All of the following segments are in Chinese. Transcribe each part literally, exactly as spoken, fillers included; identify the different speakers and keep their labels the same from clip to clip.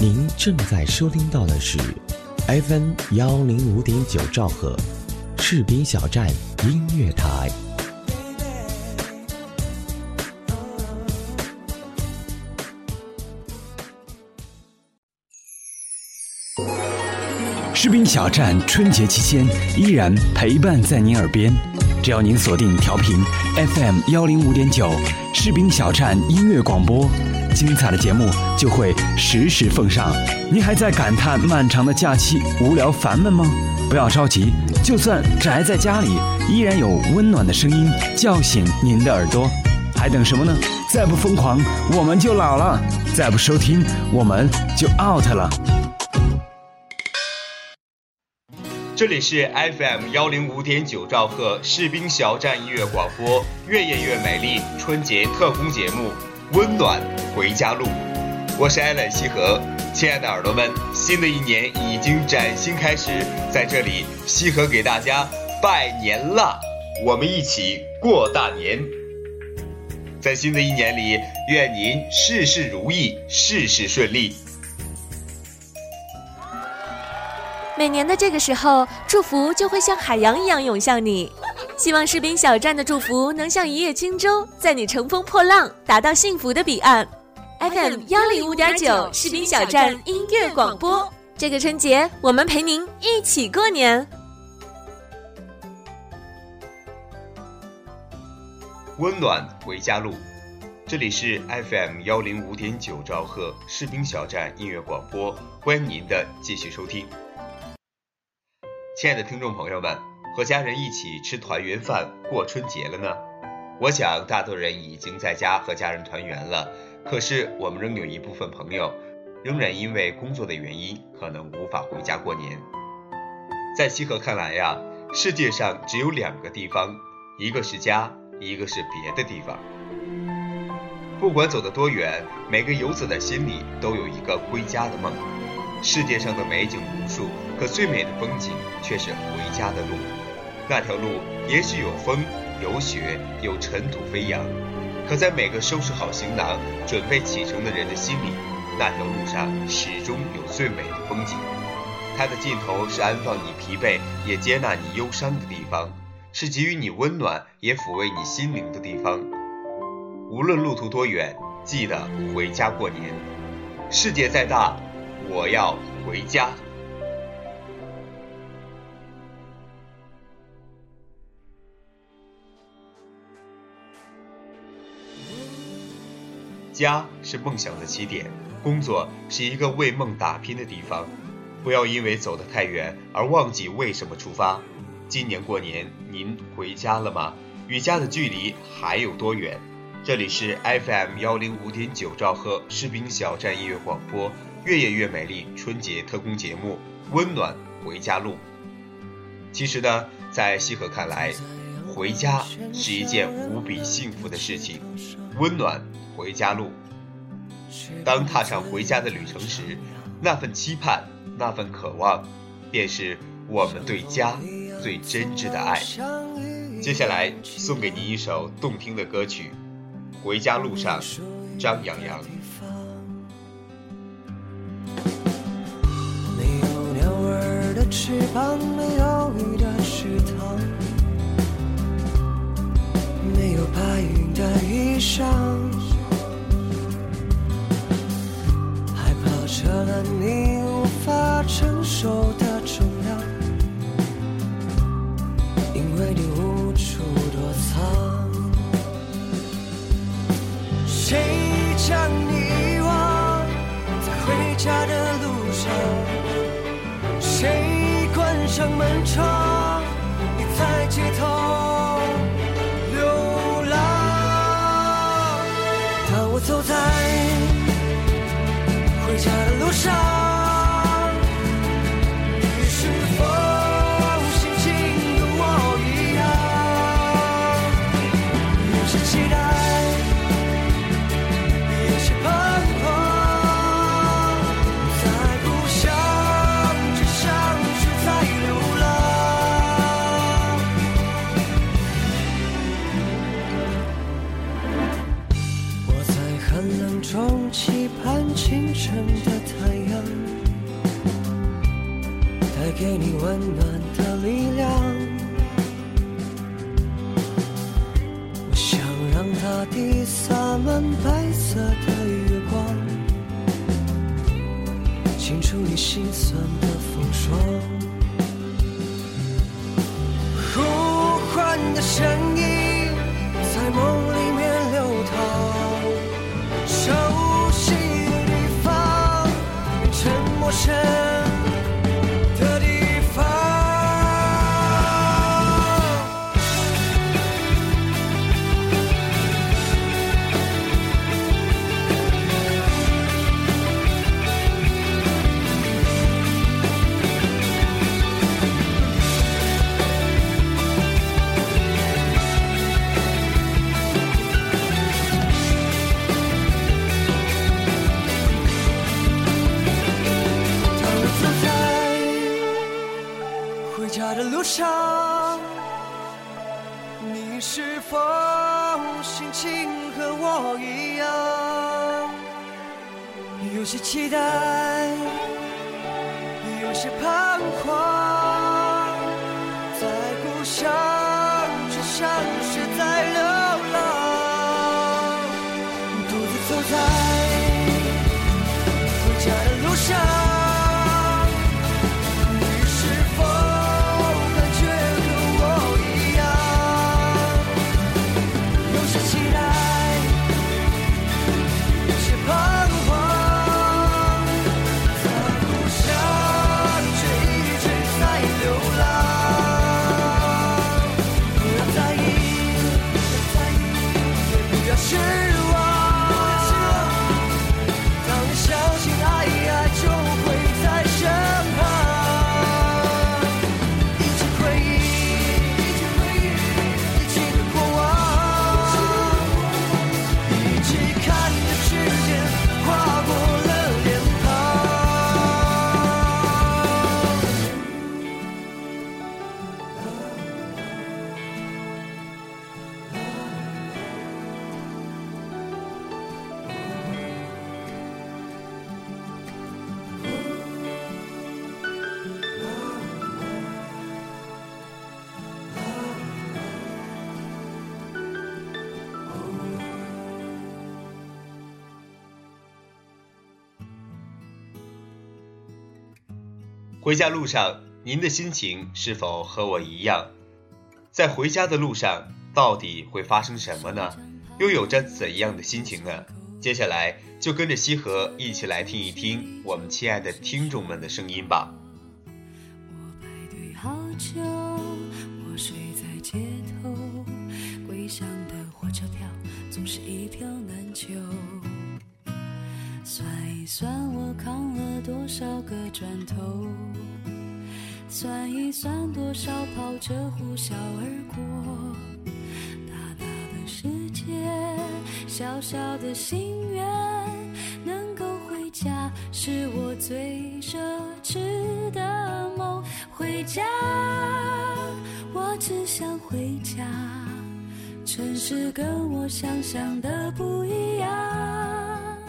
Speaker 1: 您正在收听到的是 F M 幺零五点九兆赫士兵小站音乐台。
Speaker 2: 士兵小站春节期间依然陪伴在您耳边，只要您锁定调频 F M 幺零五点九士兵小站音乐广播，精彩的节目就会实时奉上。您还在感叹漫长的假期无聊烦闷吗？不要着急，就算宅在家里，依然有温暖的声音叫醒您的耳朵。还等什么呢？再不疯狂，我们就老了；再不收听，我们就 out 了。
Speaker 3: 这里是 F M 幺零五点九兆赫士兵小站音乐广播，越演越美丽春节特供节目《温暖回家路》。我是艾伦西河，亲爱的耳朵们，新的一年已经崭新开始，在这里西河给大家拜年啦！我们一起过大年。在新的一年里，愿您事事如意，事事顺利。
Speaker 4: 每年的这个时候，祝福就会像海洋一样涌向你。希望士兵小站的祝福能像一叶轻舟，在你乘风破浪，达到幸福的彼岸。F M 幺零五点九士兵小站音乐广播，这个春节我们陪您一起过年。
Speaker 3: 温暖回家路，这里是 F M 幺零五点九兆赫士兵小站音乐广播，欢迎您的继续收听。亲爱的听众朋友们，和家人一起吃团圆饭过春节了呢？我想大多人已经在家和家人团圆了，可是我们仍有一部分朋友仍然因为工作的原因可能无法回家过年。在西河看来呀，世界上只有两个地方，一个是家，一个是别的地方。不管走得多远，每个游子的心里都有一个归家的梦。世界上的美景无数，可最美的风景却是回家的路。那条路也许有风，有雪，有尘土飞扬，可在每个收拾好行囊准备启程的人的心里，那条路上始终有最美的风景。它的尽头是安放你疲惫也接纳你忧伤的地方，是给予你温暖也抚慰你心灵的地方。无论路途多远，记得回家过年。世界再大，我要回家。家是梦想的起点，工作是一个为梦打拼的地方。不要因为走得太远而忘记为什么出发。今年过年您回家了吗？与家的距离还有多远？这里是 F M 幺零五点九兆赫士兵小站音乐广播，越演越美丽春节特供节目《温暖回家路》。其实呢，在西河看来，回家是一件无比幸福的事情。温暖回家路，当踏上回家的旅程时，那份期盼，那份渴望，便是我们对家最真挚的爱。接下来送给您一首动听的歌曲《回家路上》，张阳阳。
Speaker 5: 没有鸟儿的翅膀，没有雨的池塘，没有白云的衣裳，害怕扯了你无法承受的重量，因为你无处躲藏。谁将你遗忘在回家的路上？谁关上门窗？你在街头流浪。当我走在回家的路上，你是否心情跟我一样？有些期待，有些彷徨，在故乡只像是在流浪。我在寒冷中期盼清晨的太阳， 带给你温暖的力量。我想让大地洒满白色的月光，清除你心酸的风霜。呼唤的声音在梦里面流淌，熟悉的地方变成陌生的地方。路上，你是否心情和我一样？有些期待，有些彷徨，在故乡却像是在流浪，独自走在回家的路上。
Speaker 3: 回家路上，您的心情是否和我一样？在回家的路上，到底会发生什么呢？又有着怎样的心情呢？接下来就跟着西河一起来听一听我们亲爱的听众们的声音吧。
Speaker 6: 我排队好久，我睡在街头，归乡的火车票总是一票难求。算一算我扛了多少个砖头，算一算多少跑车呼啸而过。大大的世界，小小的心愿，能够回家是我最奢侈的梦。回家，我只想回家，城市跟我想象的不一样。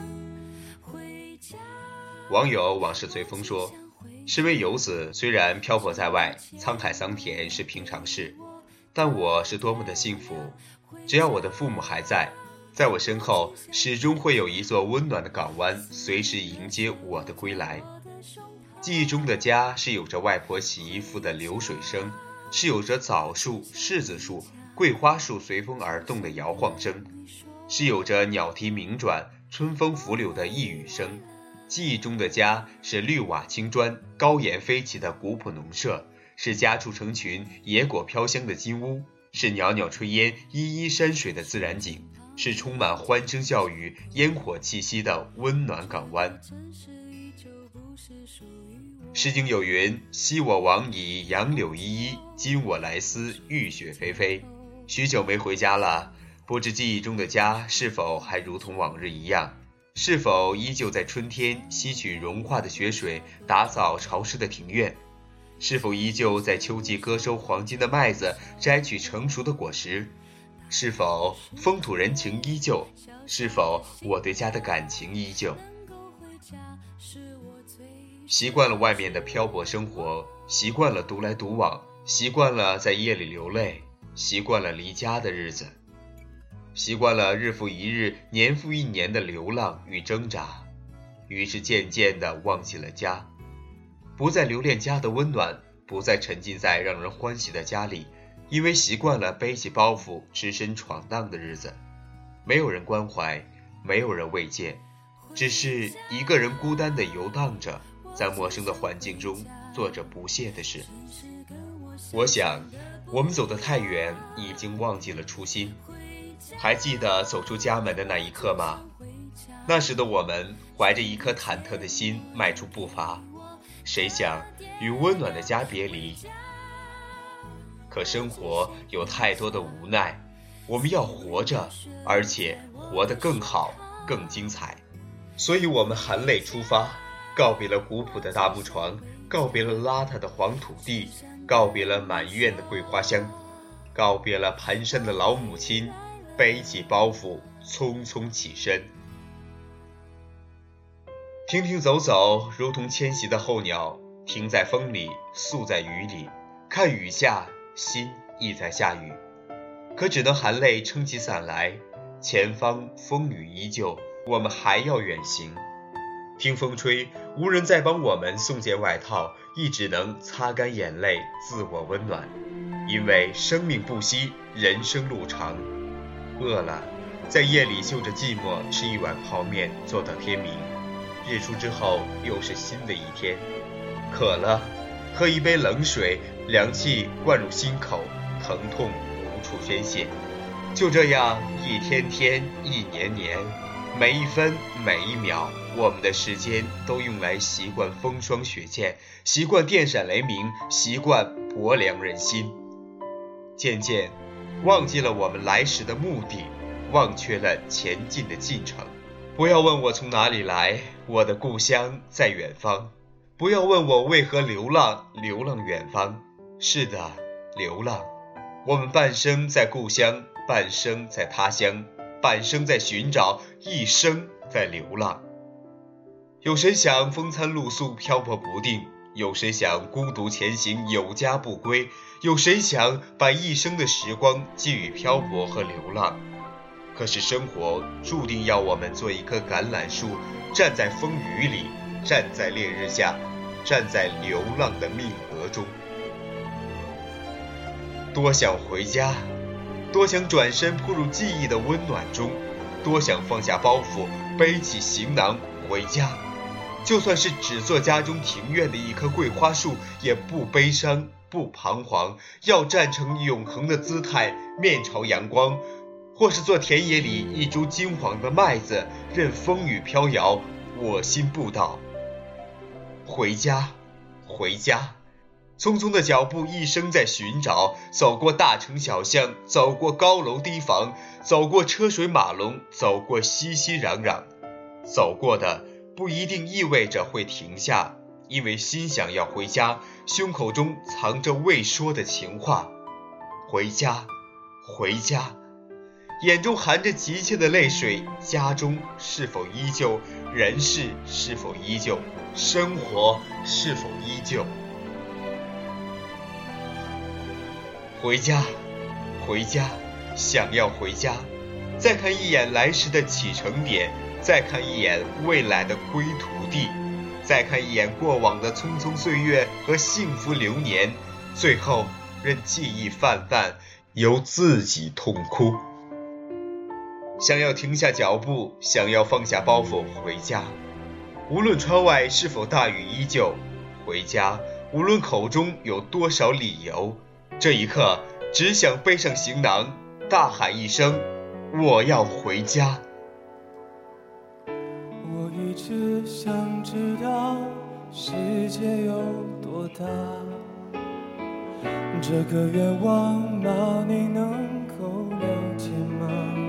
Speaker 3: 网友往事随风说，身为游子，虽然漂泊在外，沧海桑田是平常事，但我是多么的幸福。只要我的父母还在，在我身后始终会有一座温暖的港湾，随时迎接我的归来。记忆中的家是有着外婆洗衣服的流水声，是有着枣树、柿子树、桂花树随风而动的摇晃声，是有着鸟啼鸣转、春风拂柳的呓语声。记忆中的家是绿瓦青砖、高檐飞起的古朴农舍，是家畜成群、野果飘香的金屋，是袅袅炊烟、依依山水的自然景，是充满欢声笑语、烟火气息的温暖港湾。诗经有云：昔我往矣，杨柳依依，今我来思，雨雪霏霏。许久没回家了，不知记忆中的家是否还如同往日一样，是否依旧在春天吸取融化的雪水，打扫潮湿的庭院？是否依旧在秋季割收黄金的麦子，摘取成熟的果实？是否风土人情依旧？是否我对家的感情依旧？ 习惯了外面的漂泊生活，习惯了独来独往，习惯了在夜里流泪，习惯了离家的日子，习惯了日复一日、年复一年的流浪与挣扎，于是渐渐地忘记了家，不再留恋家的温暖，不再沉浸在让人欢喜的家里，因为习惯了背起包袱只身闯荡的日子，没有人关怀，没有人慰藉，只是一个人孤单地游荡着，在陌生的环境中做着不屑的事。我想我们走得太远，已经忘记了初心。还记得走出家门的那一刻吗？那时的我们怀着一颗忐忑的心迈出步伐，谁想与温暖的家别离。可生活有太多的无奈，我们要活着，而且活得更好更精彩。所以我们含泪出发，告别了古朴的大木床，告别了邋遢的黄土地，告别了满院的桂花香，告别了蹒跚的老母亲，背起包袱匆匆起身。停停走走，如同迁徙的候鸟，停在风里，宿在雨里，看雨下，心亦在下雨，可只能含泪撑起伞来。前方风雨依旧，我们还要远行。听风吹，无人再帮我们送件外套，亦只能擦干眼泪，自我温暖。因为生命不息，人生路长，饿了，在夜里嗅着寂寞，吃一碗泡面，做到天明。日出之后，又是新的一天。渴了，喝一杯冷水，凉气灌入心口，疼痛无处宣泄。就这样，一天天，一年年，每一分每一秒，我们的时间都用来习惯风霜雪欠，习惯电闪雷鸣，习惯薄凉人心。渐渐忘记了我们来时的目的，忘却了前进的进程。不要问我从哪里来，我的故乡在远方。不要问我为何流浪，流浪远方。是的，流浪。我们半生在故乡，半生在他乡，半生在寻找，一生在流浪。有谁想风餐露宿，漂泊不定？有谁想孤独前行，有家不归？有谁想把一生的时光寄予漂泊和流浪？可是生活注定要我们做一棵橄榄树，站在风雨里，站在烈日下，站在流浪的命格中。多想回家，多想转身扑入记忆的温暖中，多想放下包袱，背起行囊回家。就算是只做家中庭院的一棵桂花树，也不悲伤不彷徨，要站成永恒的姿态，面朝阳光。或是做田野里一株金黄的麦子，任风雨飘摇，我心不倒。回家，回家，匆匆的脚步，一生在寻找，走过大城小巷，走过高楼低房，走过车水马龙，走过熙熙攘攘。走过的不一定意味着会停下，因为心想要回家，胸口中藏着未说的情话。回家，回家，眼中含着急切的泪水，家中是否依旧？人事是否依旧？生活是否依旧？回家，回家，想要回家。再看一眼来时的启程点，再看一眼未来的归途地，再看一眼过往的匆匆岁月和幸福流年，最后任记忆泛泛，由自己痛哭。想要停下脚步，想要放下包袱回家。无论窗外是否大雨依旧，回家，无论口中有多少理由，这一刻只想背上行囊，大喊一声，我要回家。
Speaker 5: 我一直想知道世界有多大，这个愿望吗？你能够了解吗？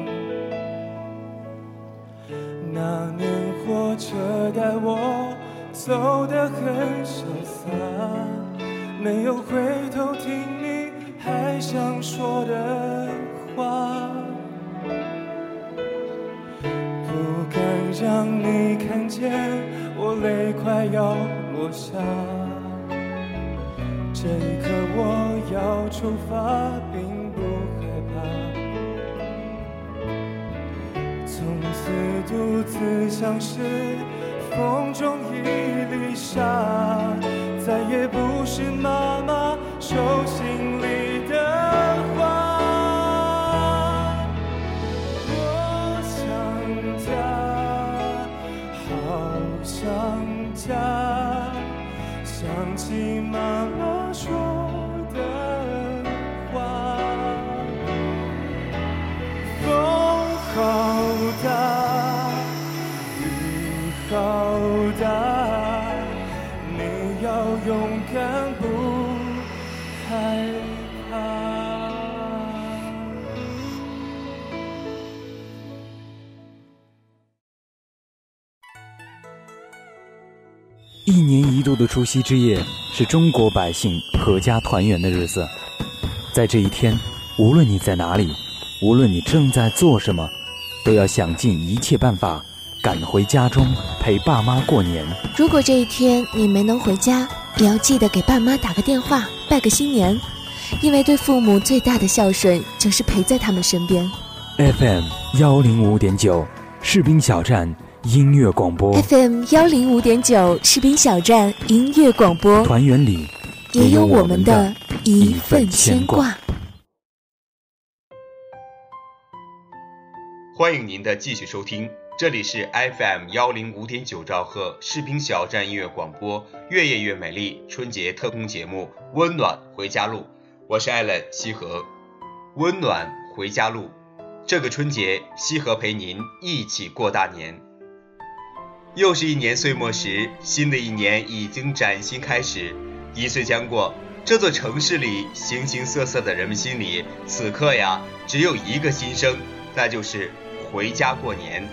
Speaker 5: 那年火车带我走得很潇洒，没有回头听你还想说的话，不敢让你看见我泪快要落下，这一刻我要出发，并不害怕，从此独自像是风中一粒沙，再也不是妈妈手心里的花。我想家，好想家，想起妈妈说的话。风好大，雨好大，你要勇敢，不害怕。
Speaker 2: 一年一度的除夕之夜是中国百姓阖家团圆的日子，在这一天，无论你在哪里，无论你正在做什么，都要想尽一切办法赶回家中陪爸妈过年。
Speaker 4: 如果这一天你没能回家，也要记得给爸妈打个电话，拜个新年，因为对父母最大的孝顺就是陪在他们身边。
Speaker 2: F M 幺零五点九 士兵小站音乐广播
Speaker 4: F M 幺零五点九士兵小站音乐广播，
Speaker 2: 团圆里
Speaker 4: 也有我们的一份牵挂。
Speaker 3: 欢迎您的继续收听，这里是 F M 幺零五点九兆赫士兵小站音乐广播，越夜越美丽春节特供节目《温暖回家路》，我是艾伦西河。温暖回家路，这个春节西河陪您一起过大年。又是一年岁末时，新的一年已经崭新开始。一岁将过，这座城市里形形色色的人们心里，此刻呀，只有一个心声，那就是回家过年。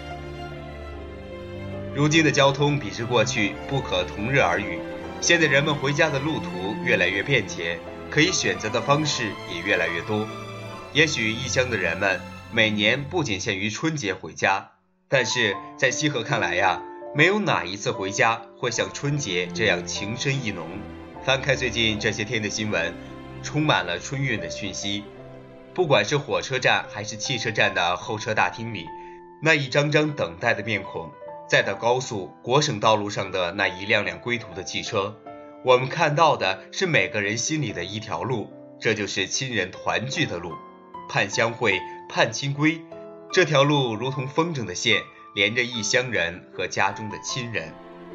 Speaker 3: 如今的交通比之过去不可同日而语，现在人们回家的路途越来越便捷，可以选择的方式也越来越多。也许异乡的人们每年不仅限于春节回家，但是在西河看来呀，没有哪一次回家会像春节这样情深意浓。翻开最近这些天的新闻，充满了春运的讯息。不管是火车站还是汽车站的候车大厅里，那一张张等待的面孔，再到高速、国省道路上的那一辆辆归途的汽车，我们看到的是每个人心里的一条路，这就是亲人团聚的路，盼相会，盼亲归。这条路如同风筝的线，连着异乡人和家中的亲人。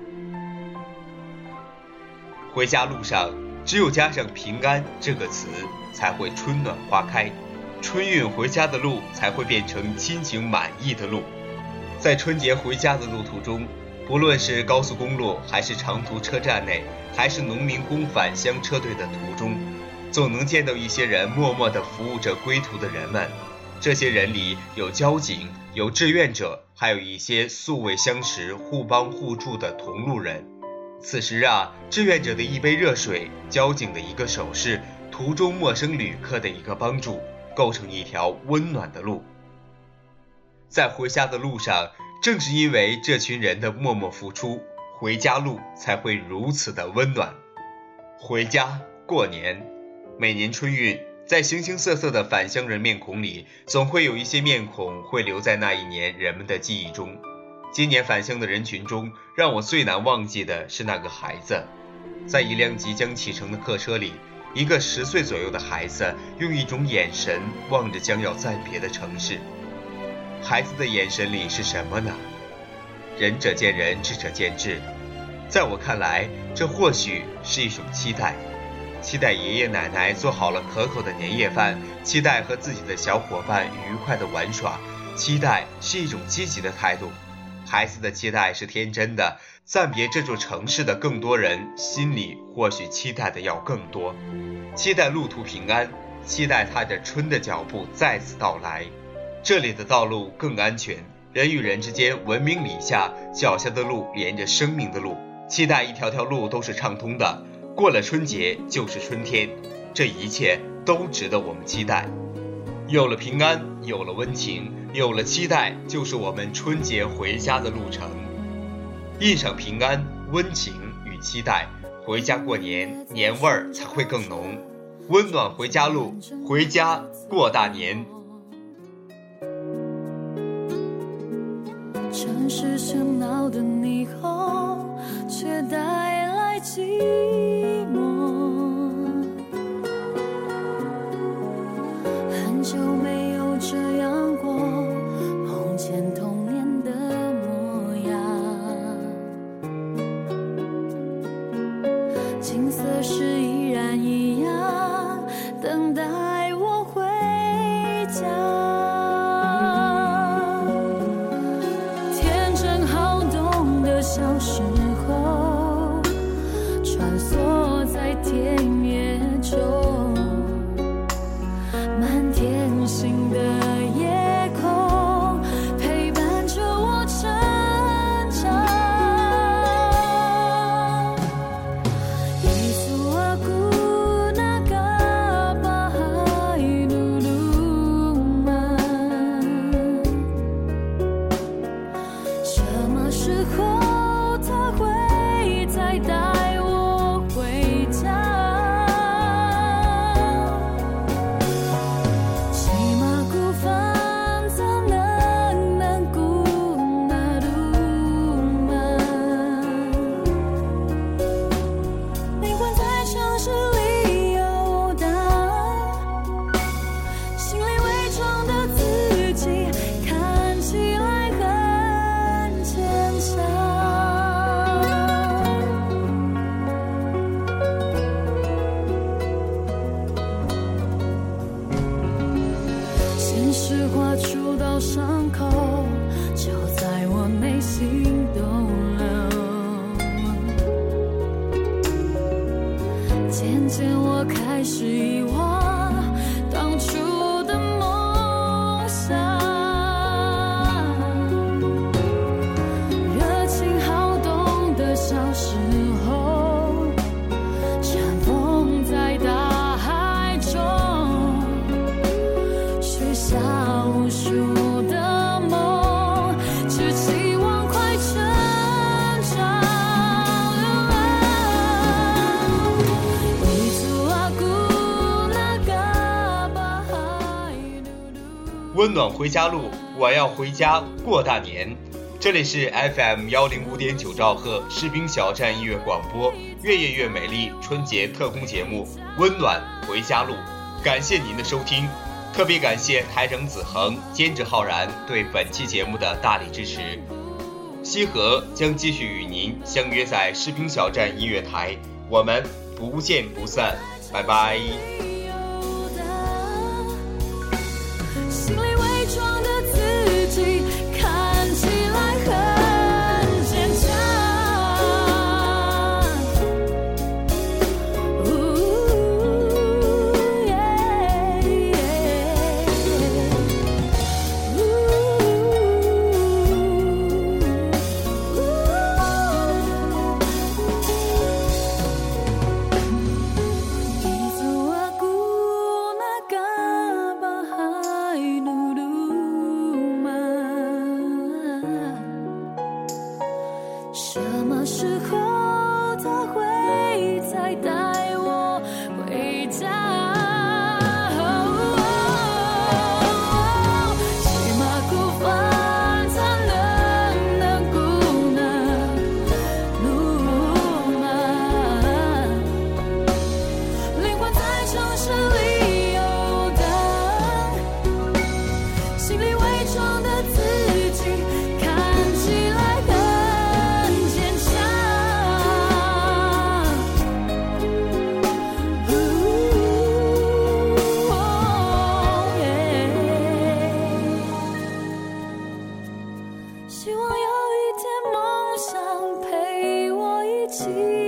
Speaker 3: 回家路上，只有加上平安这个词，才会春暖花开，春运回家的路才会变成亲情满意的路。在春节回家的路途中，不论是高速公路，还是长途车站内，还是农民工返乡车队的途中，总能见到一些人默默地服务着归途的人们。这些人里有交警，有志愿者，还有一些素未相识、互帮互助的同路人。此时啊，志愿者的一杯热水，交警的一个手势，途中陌生旅客的一个帮助，构成一条温暖的路。在回家的路上，正是因为这群人的默默付出，回家路才会如此的温暖。回家过年，每年春运，在形形色色的返乡人面孔里，总会有一些面孔会留在那一年人们的记忆中。今年返乡的人群中，让我最难忘记的是那个孩子。在一辆即将启程的客车里，一个十岁左右的孩子用一种眼神望着将要暂别的城市。孩子的眼神里是什么呢？仁者见仁，智者见智。在我看来，这或许是一种期待，期待爷爷奶奶做好了可口的年夜饭，期待和自己的小伙伴愉快的玩耍，期待是一种积极的态度。孩子的期待是天真的，暂别这座城市的更多人心里或许期待的要更多，期待路途平安，期待踏着春的脚步再次到来。这里的道路更安全，人与人之间文明礼下，脚下的路连着生命的路，期待一条条路都是畅通的，过了春节就是春天，这一切都值得我们期待。有了平安，有了温情，有了期待，就是我们春节回家的路程。印上平安、温情与期待，回家过年，年味儿才会更浓。温暖回家路，回家过大年。
Speaker 6: 城市喧闹的霓虹，却带来寂寞。很久没有这样过，梦见童年的模样，景色是依然一样，等待我回家。小时候，穿梭在田野中，满天星的夜空陪伴着我成长。Itu aku naga bahai duluman， 什么时候？再带我回家，骑马古帆怎能能顾那路漫，灵魂在城市里游荡，心里伪装的自己看起来很坚强。是画出道伤口，就在我内心逗留。渐渐我开始遗忘当初的梦想，热情好动的小时候，尘封在大海中。下无数的梦，只期望快成长。
Speaker 3: 温暖回家路，我要回家过大年。这里是 F M 一零五点九兆赫士兵小站音乐广播，越夜越美丽春节特供节目《温暖回家路》，感谢您的收听。特别感谢台整子恒、监制浩然对本期节目的大力支持。西河将继续与您相约在士兵小站音乐台，我们不见不散，拜拜。
Speaker 6: 心里伪装的自己看起来很坚强。什么时候他会再带我回家？骑马古帆怎能能顾那路漫？灵魂在城市里游荡，心里伪装的自己看起来很坚强。希望有一天梦想陪我一起